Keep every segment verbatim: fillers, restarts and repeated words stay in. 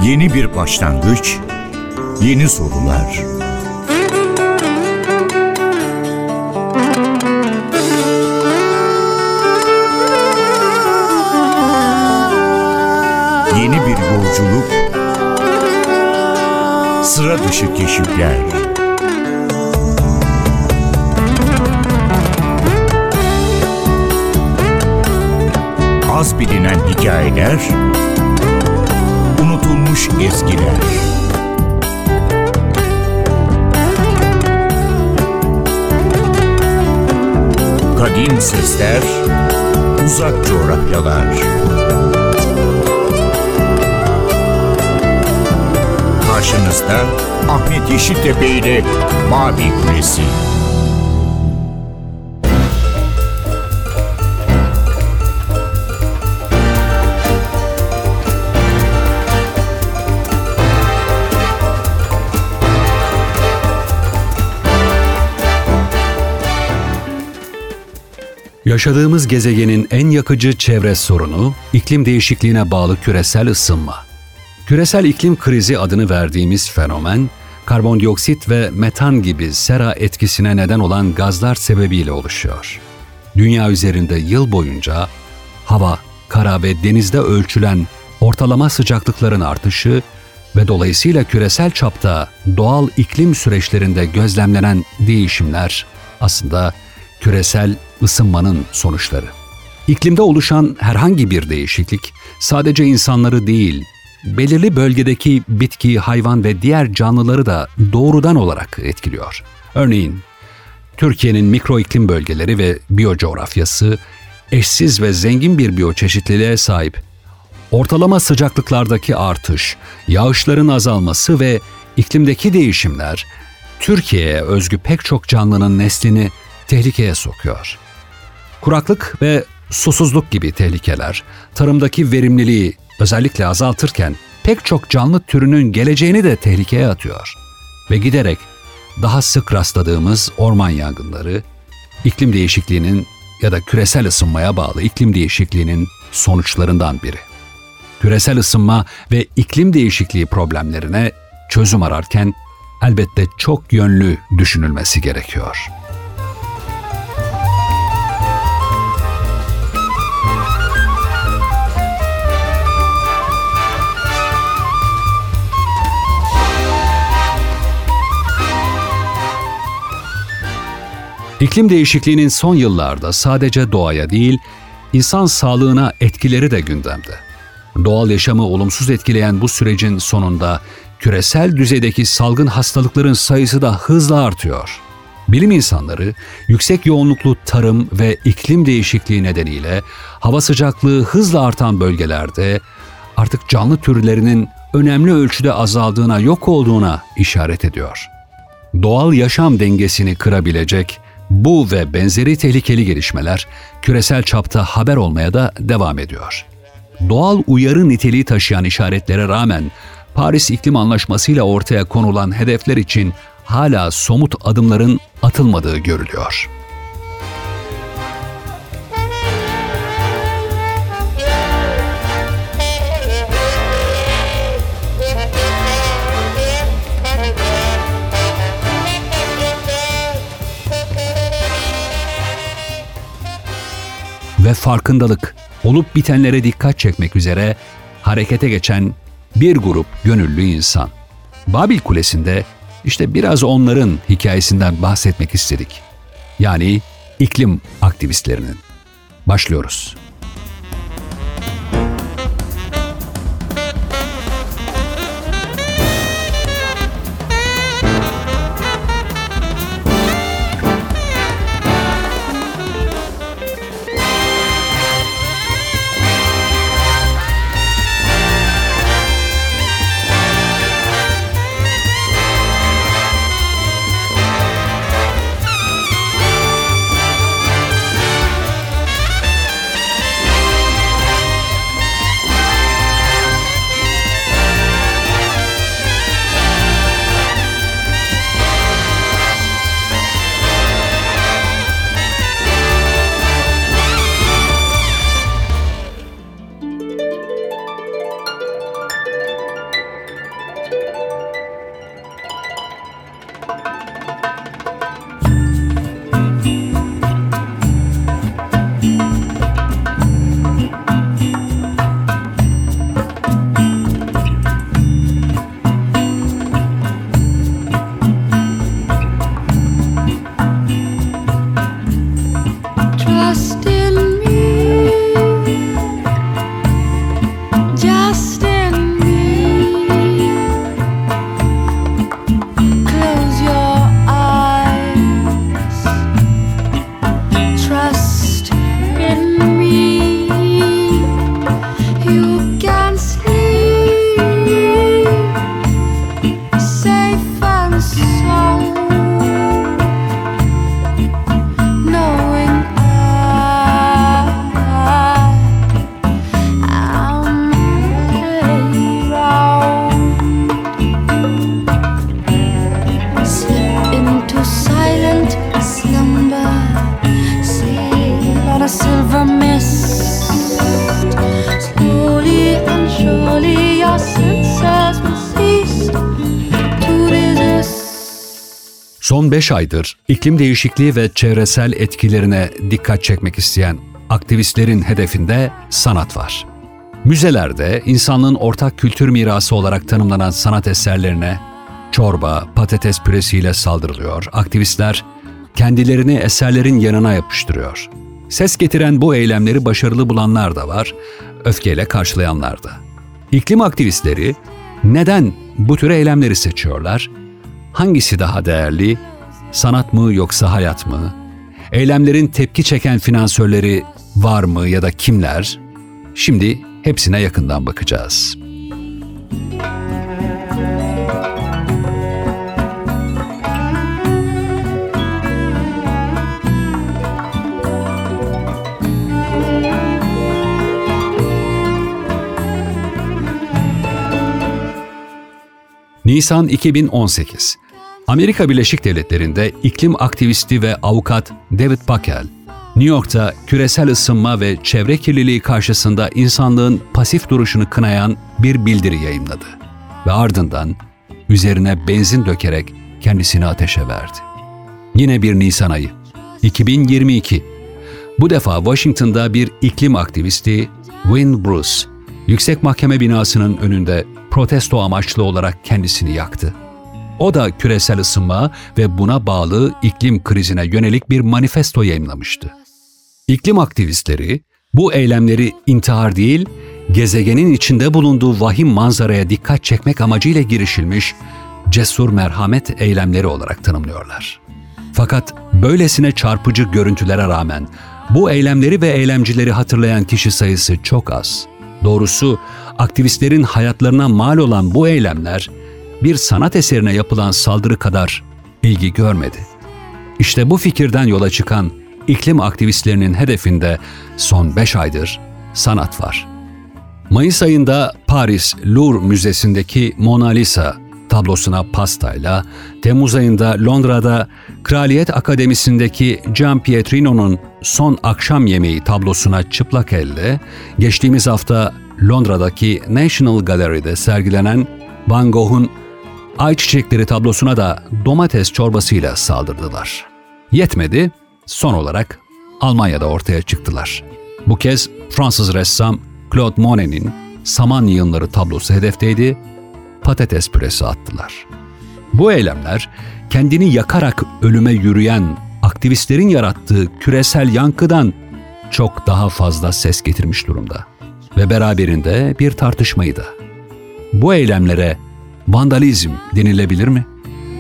Yeni bir başlangıç, yeni sorular. Yeni bir yolculuk, sıra dışı keşifler. Az bilinen hikayeler, unutulmuş ezgiler. Kadim sesler, uzak coğrafyalar. Karşınızda Ahmet Yeşiltepe ile Mavi Kulesi. Yaşadığımız gezegenin en yakıcı çevre sorunu, iklim değişikliğine bağlı küresel ısınma. Küresel iklim krizi adını verdiğimiz fenomen, karbondioksit ve metan gibi sera etkisine neden olan gazlar sebebiyle oluşuyor. Dünya üzerinde yıl boyunca hava, kara ve denizde ölçülen ortalama sıcaklıkların artışı ve dolayısıyla küresel çapta doğal iklim süreçlerinde gözlemlenen değişimler aslında küresel ısınmanın sonuçları. İklimde oluşan herhangi bir değişiklik sadece insanları değil, belirli bölgedeki bitki, hayvan ve diğer canlıları da doğrudan olarak etkiliyor. Örneğin, Türkiye'nin mikro iklim bölgeleri ve biyocoğrafyası eşsiz ve zengin bir biyoçeşitliliğe sahip. Ortalama sıcaklıklardaki artış, yağışların azalması ve iklimdeki değişimler Türkiye'ye özgü pek çok canlının neslini tehlikeye sokuyor. Kuraklık ve susuzluk gibi tehlikeler tarımdaki verimliliği özellikle azaltırken pek çok canlı türünün geleceğini de tehlikeye atıyor. Ve giderek daha sık rastladığımız orman yangınları, iklim değişikliğinin ya da küresel ısınmaya bağlı iklim değişikliğinin sonuçlarından biri. Küresel ısınma ve iklim değişikliği problemlerine çözüm ararken elbette çok yönlü düşünülmesi gerekiyor. İklim değişikliğinin son yıllarda sadece doğaya değil, insan sağlığına etkileri de gündemde. Doğal yaşamı olumsuz etkileyen bu sürecin sonunda küresel düzeydeki salgın hastalıkların sayısı da hızla artıyor. Bilim insanları, yüksek yoğunluklu tarım ve iklim değişikliği nedeniyle hava sıcaklığı hızla artan bölgelerde artık canlı türlerinin önemli ölçüde azaldığına, yok olduğuna işaret ediyor. Doğal yaşam dengesini kırabilecek bu ve benzeri tehlikeli gelişmeler küresel çapta haber olmaya da devam ediyor. Doğal uyarı niteliği taşıyan işaretlere rağmen Paris İklim Anlaşması ile ortaya konulan hedefler için hala somut adımların atılmadığı görülüyor. Ve farkındalık, olup bitenlere dikkat çekmek üzere harekete geçen bir grup gönüllü insan. Babil Kulesi'nde işte biraz onların hikayesinden bahsetmek istedik. Yani iklim aktivistlerinin. Başlıyoruz. Son beş aydır iklim değişikliği ve çevresel etkilerine dikkat çekmek isteyen aktivistlerin hedefinde sanat var. Müzelerde insanlığın ortak kültür mirası olarak tanımlanan sanat eserlerine çorba, patates püresiyle saldırılıyor. Aktivistler kendilerini eserlerin yanına yapıştırıyor. Ses getiren bu eylemleri başarılı bulanlar da var, öfkeyle karşılayanlar da. İklim aktivistleri neden bu tür eylemleri seçiyorlar? Hangisi daha değerli? Sanat mı yoksa hayat mı? Eylemlerin tepki çeken finansörleri var mı ya da kimler? Şimdi hepsine yakından bakacağız. Nisan iki bin on sekiz. Amerika Birleşik Devletleri'nde iklim aktivisti ve avukat David Packel, New York'ta küresel ısınma ve çevre kirliliği karşısında insanlığın pasif duruşunu kınayan bir bildiri yayımladı ve ardından üzerine benzin dökerek kendisini ateşe verdi. Yine bir Nisan ayı, iki bin yirmi iki. Bu defa Washington'da bir iklim aktivisti Wynne Bruce, yüksek mahkeme binasının önünde protesto amaçlı olarak kendisini yaktı. O da küresel ısınma ve buna bağlı iklim krizine yönelik bir manifesto yayımlamıştı. İklim aktivistleri bu eylemleri intihar değil, gezegenin içinde bulunduğu vahim manzaraya dikkat çekmek amacıyla girişilmiş cesur merhamet eylemleri olarak tanımlıyorlar. Fakat böylesine çarpıcı görüntülere rağmen bu eylemleri ve eylemcileri hatırlayan kişi sayısı çok az. Doğrusu aktivistlerin hayatlarına mal olan bu eylemler bir sanat eserine yapılan saldırı kadar ilgi görmedi. İşte bu fikirden yola çıkan iklim aktivistlerinin hedefinde son beş aydır sanat var. Mayıs ayında Paris Louvre Müzesi'ndeki Mona Lisa tablosuna pastayla, Temmuz ayında Londra'da Kraliyet Akademisi'ndeki Gian Pietrino'nun Son Akşam Yemeği tablosuna çıplak elle, geçtiğimiz hafta Londra'daki National Gallery'de sergilenen Van Gogh'un Ay Çiçekleri tablosuna da domates çorbasıyla saldırdılar. Yetmedi, son olarak Almanya'da ortaya çıktılar. Bu kez Fransız ressam Claude Monet'in Saman Yığınları tablosu hedefteydi, patates püresi attılar. Bu eylemler kendini yakarak ölüme yürüyen aktivistlerin yarattığı küresel yankıdan çok daha fazla ses getirmiş durumda. Ve beraberinde bir tartışmayı da. Bu eylemlere vandalizm denilebilir mi?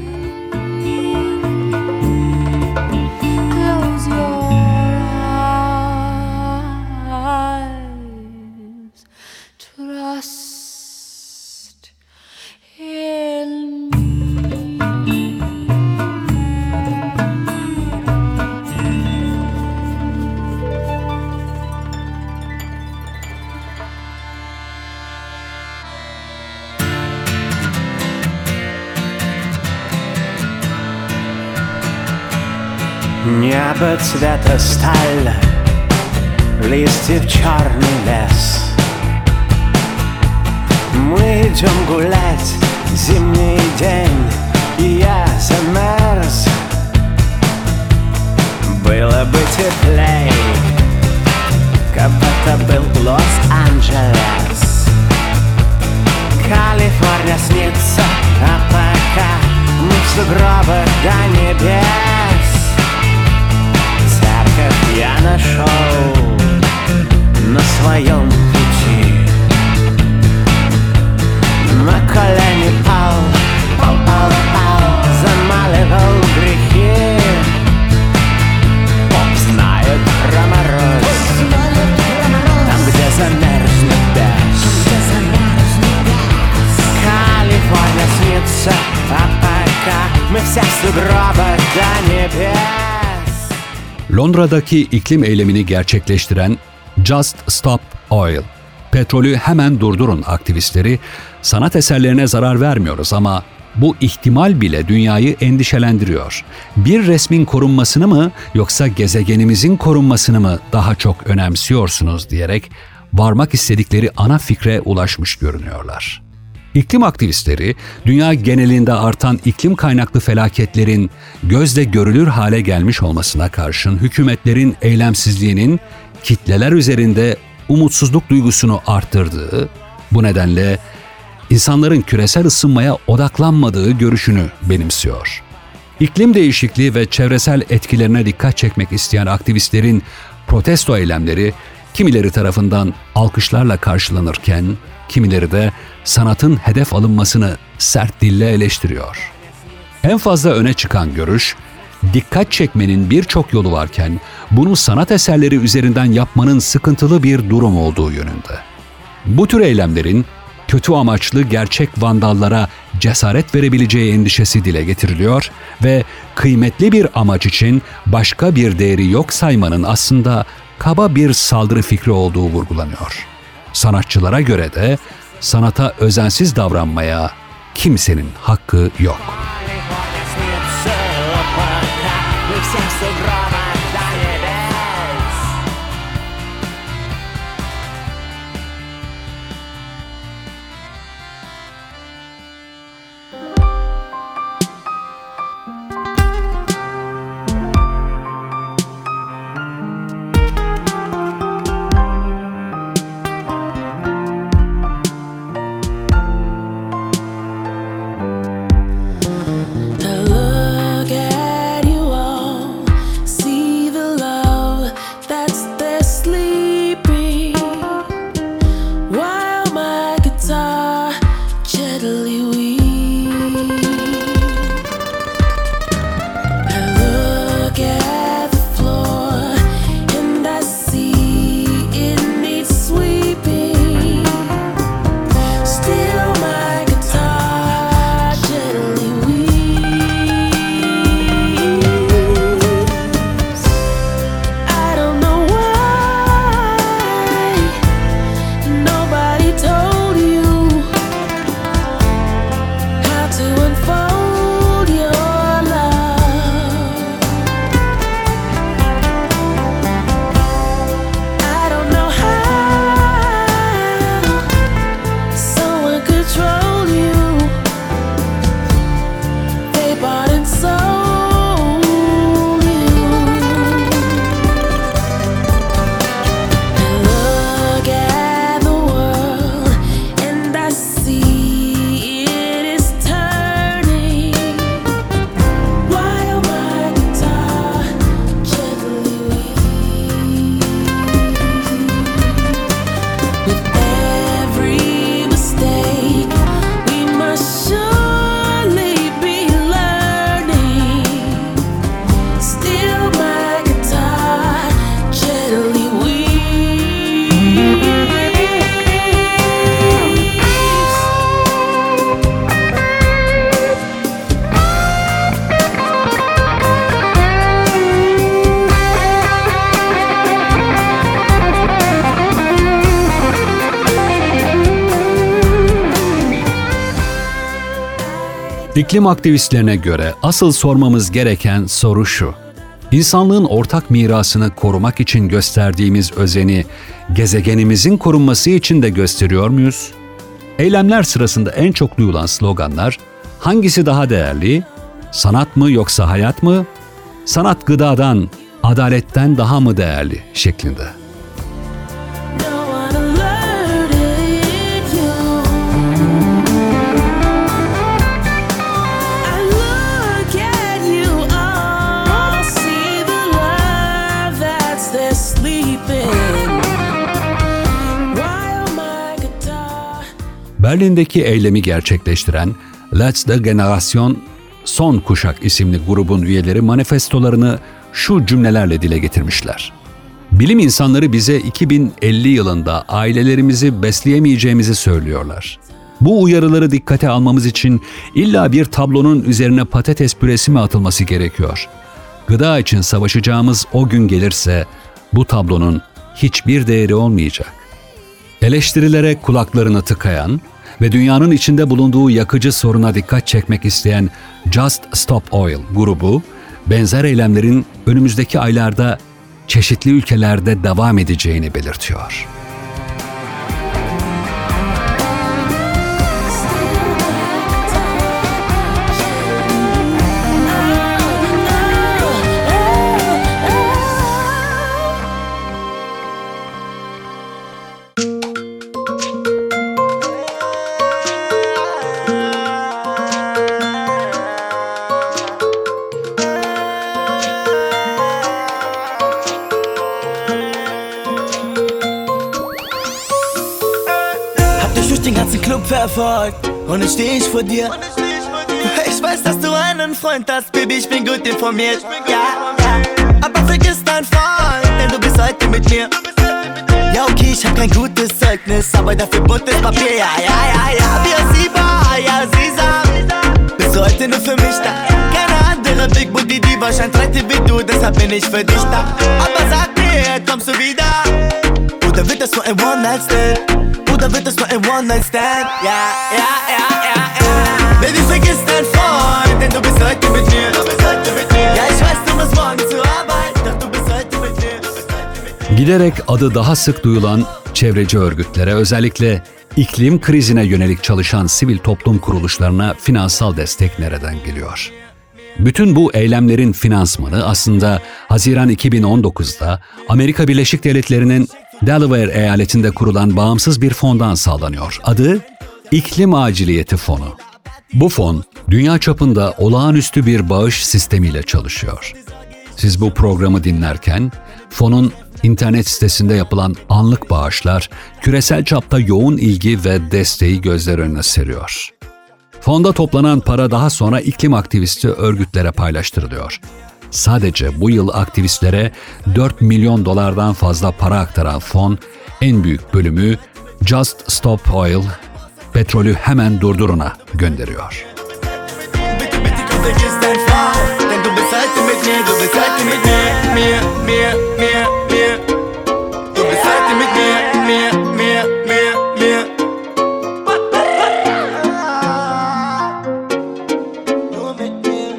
Небо цвета сталь, листьев черный лес. Мы идем гулять, зимний день, и я замерз. Было бы теплей, как будто был Лос-Анджелес. Калифорния снится, а пока мы в сугробах до небес. Я нашел на своем пути. На колени пал, пал, пал, пал, замаливал грехи. Поп знает про мороз, там, где замерзнет дождь. Калифорния снится, а пока мы все в сугробах до небес. Londra'daki iklim eylemini gerçekleştiren Just Stop Oil, petrolü hemen durdurun aktivistleri, sanat eserlerine zarar vermiyoruz ama bu ihtimal bile dünyayı endişelendiriyor. Bir resmin korunmasını mı yoksa gezegenimizin korunmasını mı daha çok önemsiyorsunuz diyerek varmak istedikleri ana fikre ulaşmış görünüyorlar. İklim aktivistleri, dünya genelinde artan iklim kaynaklı felaketlerin gözle görülür hale gelmiş olmasına karşın hükümetlerin eylemsizliğinin kitleler üzerinde umutsuzluk duygusunu arttırdığı, bu nedenle insanların küresel ısınmaya odaklanmadığı görüşünü benimsiyor. İklim değişikliği ve çevresel etkilerine dikkat çekmek isteyen aktivistlerin protesto eylemleri kimileri tarafından alkışlarla karşılanırken, kimileri de sanatın hedef alınmasını sert dille eleştiriyor. En fazla öne çıkan görüş, dikkat çekmenin birçok yolu varken bunu sanat eserleri üzerinden yapmanın sıkıntılı bir durum olduğu yönünde. Bu tür eylemlerin kötü amaçlı gerçek vandallara cesaret verebileceği endişesi dile getiriliyor ve kıymetli bir amaç için başka bir değeri yok saymanın aslında kaba bir saldırı fikri olduğu vurgulanıyor. Sanatçılara göre de sanata özensiz davranmaya kimsenin hakkı yok. İklim aktivistlerine göre asıl sormamız gereken soru şu: İnsanlığın ortak mirasını korumak için gösterdiğimiz özeni gezegenimizin korunması için de gösteriyor muyuz? Eylemler sırasında en çok duyulan sloganlar hangisi daha değerli? Sanat mı yoksa hayat mı? Sanat gıdadan, adaletten daha mı değerli şeklinde. Berlin'deki eylemi gerçekleştiren Letzte Generation, Son Kuşak isimli grubun üyeleri manifestolarını şu cümlelerle dile getirmişler. Bilim insanları bize iki bin elli yılında ailelerimizi besleyemeyeceğimizi söylüyorlar. Bu uyarıları dikkate almamız için illa bir tablonun üzerine patates püresi mi atılması gerekiyor? Gıda için savaşacağımız o gün gelirse bu tablonun hiçbir değeri olmayacak. Eleştirilere kulaklarını tıkayan ve dünyanın içinde bulunduğu yakıcı soruna dikkat çekmek isteyen Just Stop Oil grubu, benzer eylemlerin önümüzdeki aylarda çeşitli ülkelerde devam edeceğini belirtiyor. ganzen Club verfolgt und jetzt steh ich vor dir. Ich weiß, dass du einen Freund hast, Baby, ich bin gut informiert. Ja, ja. Aber vergiss deinen Freund, denn du bist heute mit mir. Ja, okay, ich hab kein gutes Zeugnis, aber dafür buntes Papier. Ja, ja, ja, ja, wir Siba, ja, Sisam. Bist du heute nur für mich da? Keine andere Big Booty Diva scheint heute wie du, deshalb bin ich für dich da. Aber sag mir, kommst du wieder? Oder wird das nur ein One-Night-Stand? Oder wird das nur ein One-Night-Stand? Ja, ja, ja, ja, ja. Baby, vergiss deinen Freund, denn du bist heute mit mir. Du bist heute mit mir. Ja, ich weiß, du musst morgen zur Arbeit, doch du bist heute mit mir. Du bist heute mit mir. Giderek adı daha sık duyulan çevreci örgütlere, özellikle iklim krizine yönelik çalışan sivil toplum kuruluşlarına finansal destek nereden geliyor? Bütün bu eylemlerin finansmanı aslında Haziran iki bin on dokuzda Amerika Birleşik Devletleri'nin Delaware eyaletinde kurulan bağımsız bir fondan sağlanıyor. Adı İklim Aciliyeti Fonu. Bu fon, dünya çapında olağanüstü bir bağış sistemiyle çalışıyor. Siz bu programı dinlerken, fonun internet sitesinde yapılan anlık bağışlar, küresel çapta yoğun ilgi ve desteği gözler önüne seriyor. Fonda toplanan para daha sonra iklim aktivisti örgütlere paylaştırılıyor. Sadece bu yıl aktivistlere dört milyon dolardan fazla para aktaran fon, en büyük bölümü Just Stop Oil, petrolü hemen durduruna gönderiyor. Bitte, bitte komm, vergiss deinen Freund, denn du bist heute mit mir, du bist heute mit mir, mir, mir, mir, mir. Du bist heute mit mir, mir, mir, mir, mir. Nur mit mir,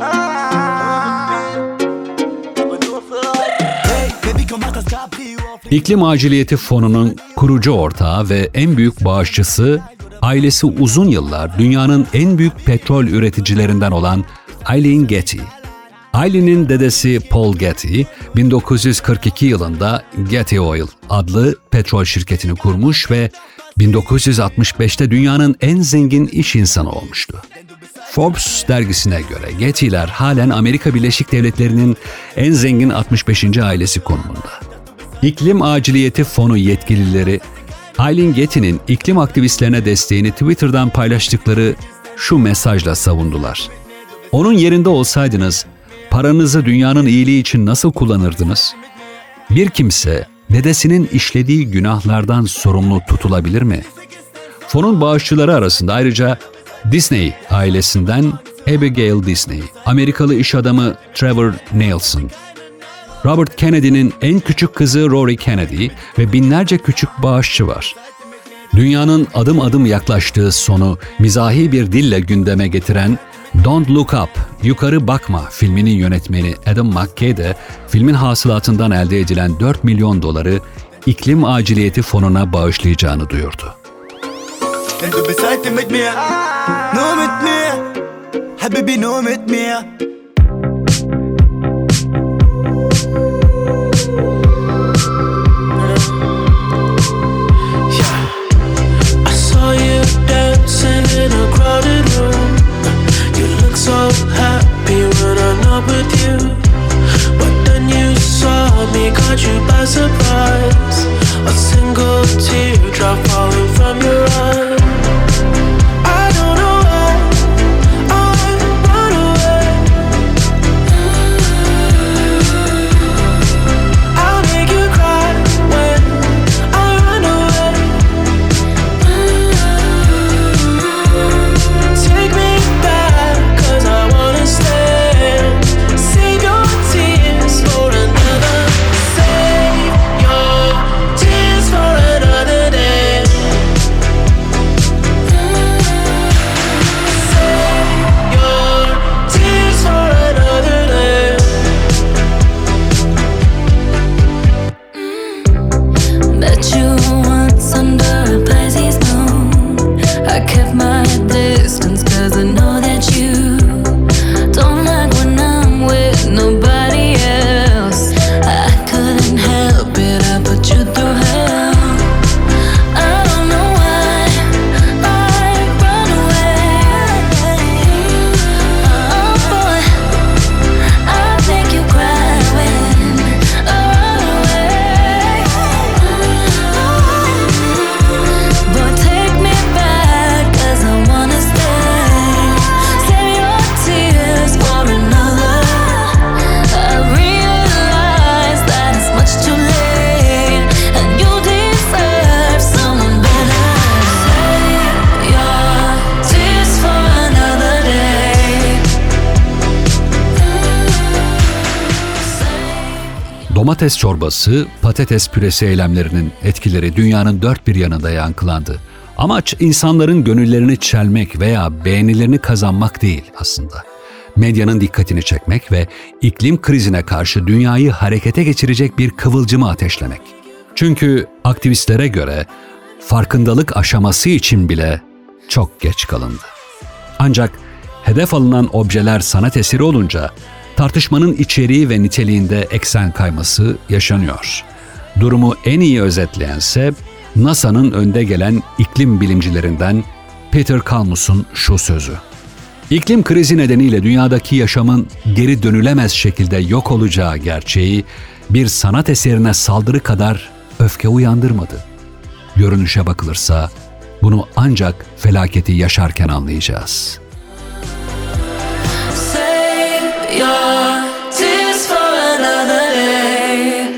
aber nur für heute. Hey, Baby, komm, mach das Cabrio. İklim Aciliyeti Fonu'nun kurucu ortağı ve en büyük bağışçısı, ailesi uzun yıllar dünyanın en büyük petrol üreticilerinden olan Eileen Getty. Eileen'in dedesi Paul Getty, bin dokuz yüz kırk iki yılında Getty Oil adlı petrol şirketini kurmuş ve bin dokuz yüz altmış beşte dünyanın en zengin iş insanı olmuştu. Forbes dergisine göre Getty'ler halen Amerika Birleşik Devletleri'nin en zengin altmış beşinci ailesi konumunda. İklim Aciliyeti Fonu yetkilileri, Eileen Getty'nin iklim aktivistlerine desteğini Twitter'dan paylaştıkları şu mesajla savundular. Onun yerinde olsaydınız, paranızı dünyanın iyiliği için nasıl kullanırdınız? Bir kimse dedesinin işlediği günahlardan sorumlu tutulabilir mi? Fonun bağışçıları arasında ayrıca Disney ailesinden Abigail Disney, Amerikalı iş adamı Trevor Nelson, Robert Kennedy'nin en küçük kızı Rory Kennedy ve binlerce küçük bağışçı var. Dünyanın adım adım yaklaştığı sonu mizahi bir dille gündeme getiren Don't Look Up, Yukarı Bakma filminin yönetmeni Adam McKay de filmin hasılatından elde edilen dört milyon doları İklim Aciliyeti Fonu'na bağışlayacağını duyurdu. Denn du bist heute mit mir, nur mit mir, Habibi, nur mit mir. In a crowded room, you look so happy when I'm not with you. But then you saw me, caught you by surprise. A single teardrop falling from your eye. I don't know why I run away. I'll make you cry when I run away. Take me back, 'cause I wanna stay. Save your tears for another. Save your tears for another day. Save your tears for another day. Met you once under a Pisces moon. I kept my distance 'cause I know that you don't like when I'm with nobody else. I couldn't help it, I put you through hell. I don't know why I run away. Oh boy, I make you cry when I run away. domates çorbası, patates püresi eylemlerinin etkileri dünyanın dört bir yanında yankılandı. Amaç insanların gönüllerini çelmek veya beğenilerini kazanmak değil aslında. Medyanın dikkatini çekmek ve iklim krizine karşı dünyayı harekete geçirecek bir kıvılcımı ateşlemek. Çünkü aktivistlere göre farkındalık aşaması için bile çok geç kalındı. Ancak hedef alınan objeler sanat eseri olunca tartışmanın içeriği ve niteliğinde eksen kayması yaşanıyor. Durumu en iyi özetleyense NASA'nın önde gelen iklim bilimcilerinden Peter Kalmus'un şu sözü. İklim krizi nedeniyle dünyadaki yaşamın geri dönülemez şekilde yok olacağı gerçeği bir sanat eserine saldırı kadar öfke uyandırmadı. Görünüşe bakılırsa bunu ancak felaketi yaşarken anlayacağız. Save your tears for another day.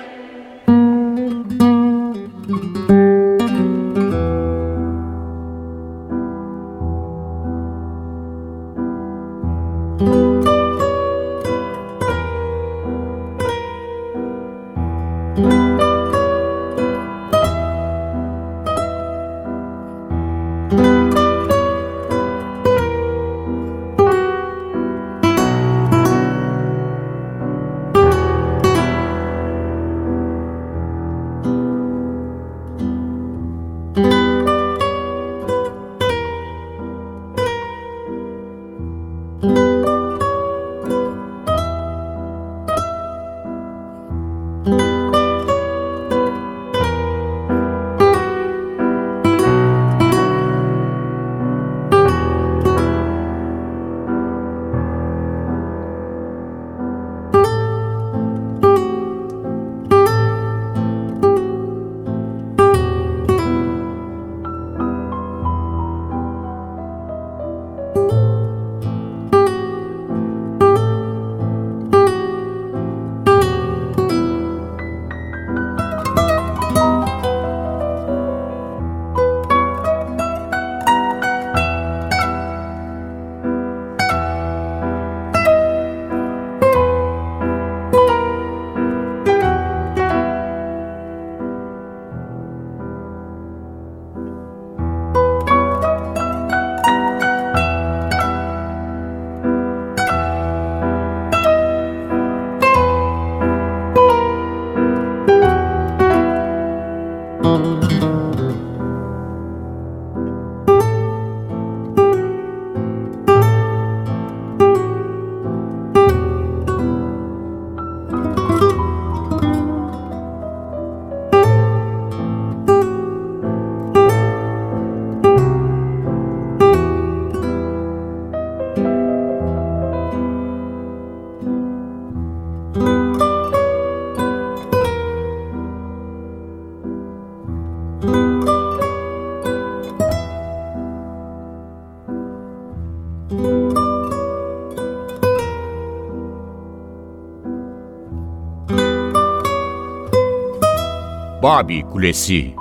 Babi Kulesi.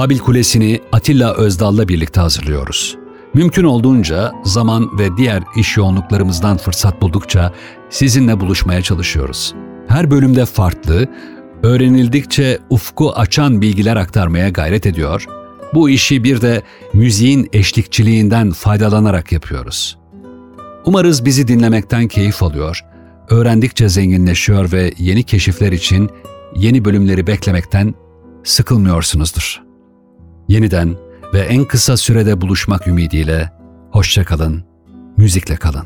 Babil Kulesi'ni Atilla Özdal'la birlikte hazırlıyoruz. Mümkün olduğunca zaman ve diğer iş yoğunluklarımızdan fırsat buldukça sizinle buluşmaya çalışıyoruz. Her bölümde farklı, öğrenildikçe ufku açan bilgiler aktarmaya gayret ediyor. Bu işi bir de müziğin eşlikçiliğinden faydalanarak yapıyoruz. Umarız bizi dinlemekten keyif alıyor, öğrendikçe zenginleşiyor ve yeni keşifler için yeni bölümleri beklemekten sıkılmıyorsunuzdur. Yeniden ve en kısa sürede buluşmak ümidiyle hoşça kalın, müzikle kalın.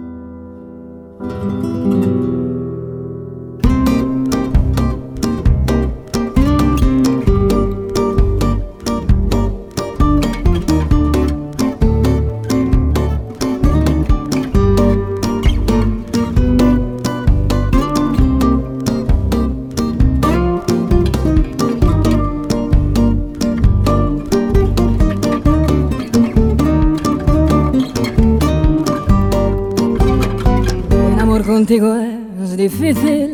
Contigo es difícil,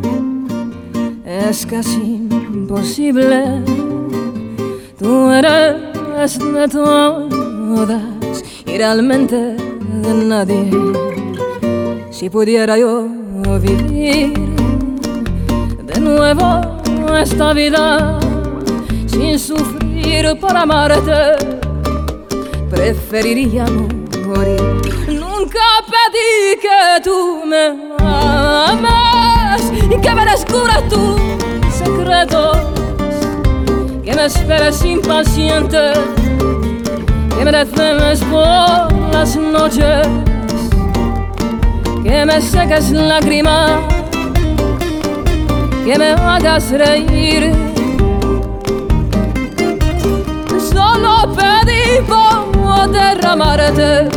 es casi imposible. Tú eres de todas y realmente de nadie. Si pudiera yo vivir de nuevo esta vida sin sufrir por amarte, preferiría morir. Nunca pedí que tú me ames y que me descubras tus secretos, que me esperes impaciente, que me desveles por las noches, que me seques lágrimas, que me hagas reír. Solo pedí por derramarte.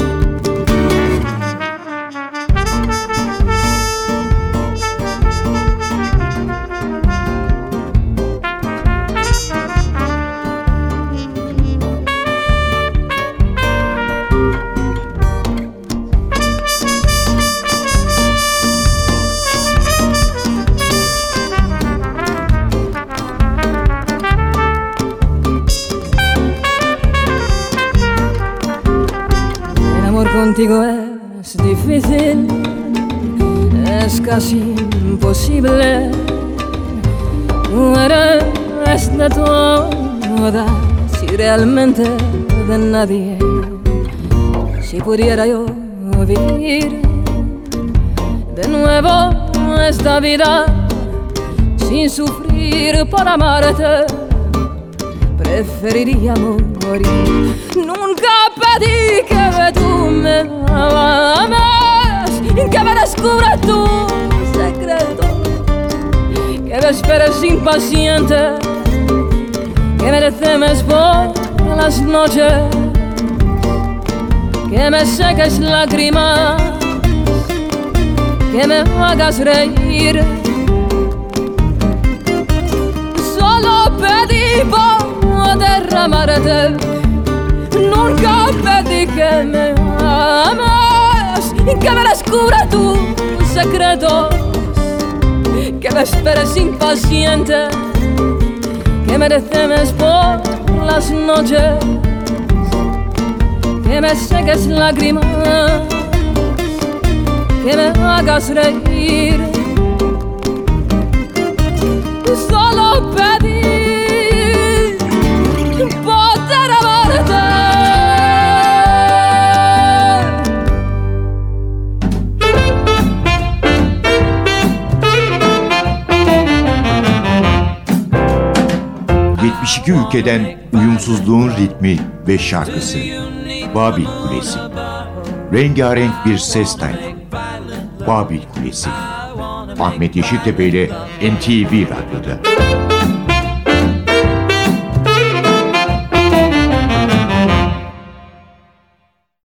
Contigo es difícil, es casi imposible. Tú eres de todas y realmente de nadie. Si pudiera yo vivir de nuevo esta vida sin sufrir por amarte, preferiría morir. Nunca pedí que tú me ames, que me descubras tus secretos, que me esperes impaciente, que me temes por las noches, que me seques lágrimas, que me hagas reír. Solo pedí por derramarte. Nunca pedí que me ames y que me descubras tus secretos, que me esperes impaciente, que me temes por las noches, que me seques lágrimas, que me hagas reír. Solo pedí poder amarte. yetmiş iki ülkeden uyumsuzluğun ritmi ve şarkısı Babil Kulesi. Rengarenk bir ses tayfı. Babil Kulesi. Ahmet Yeşiltepe ile N T V Radyo'da.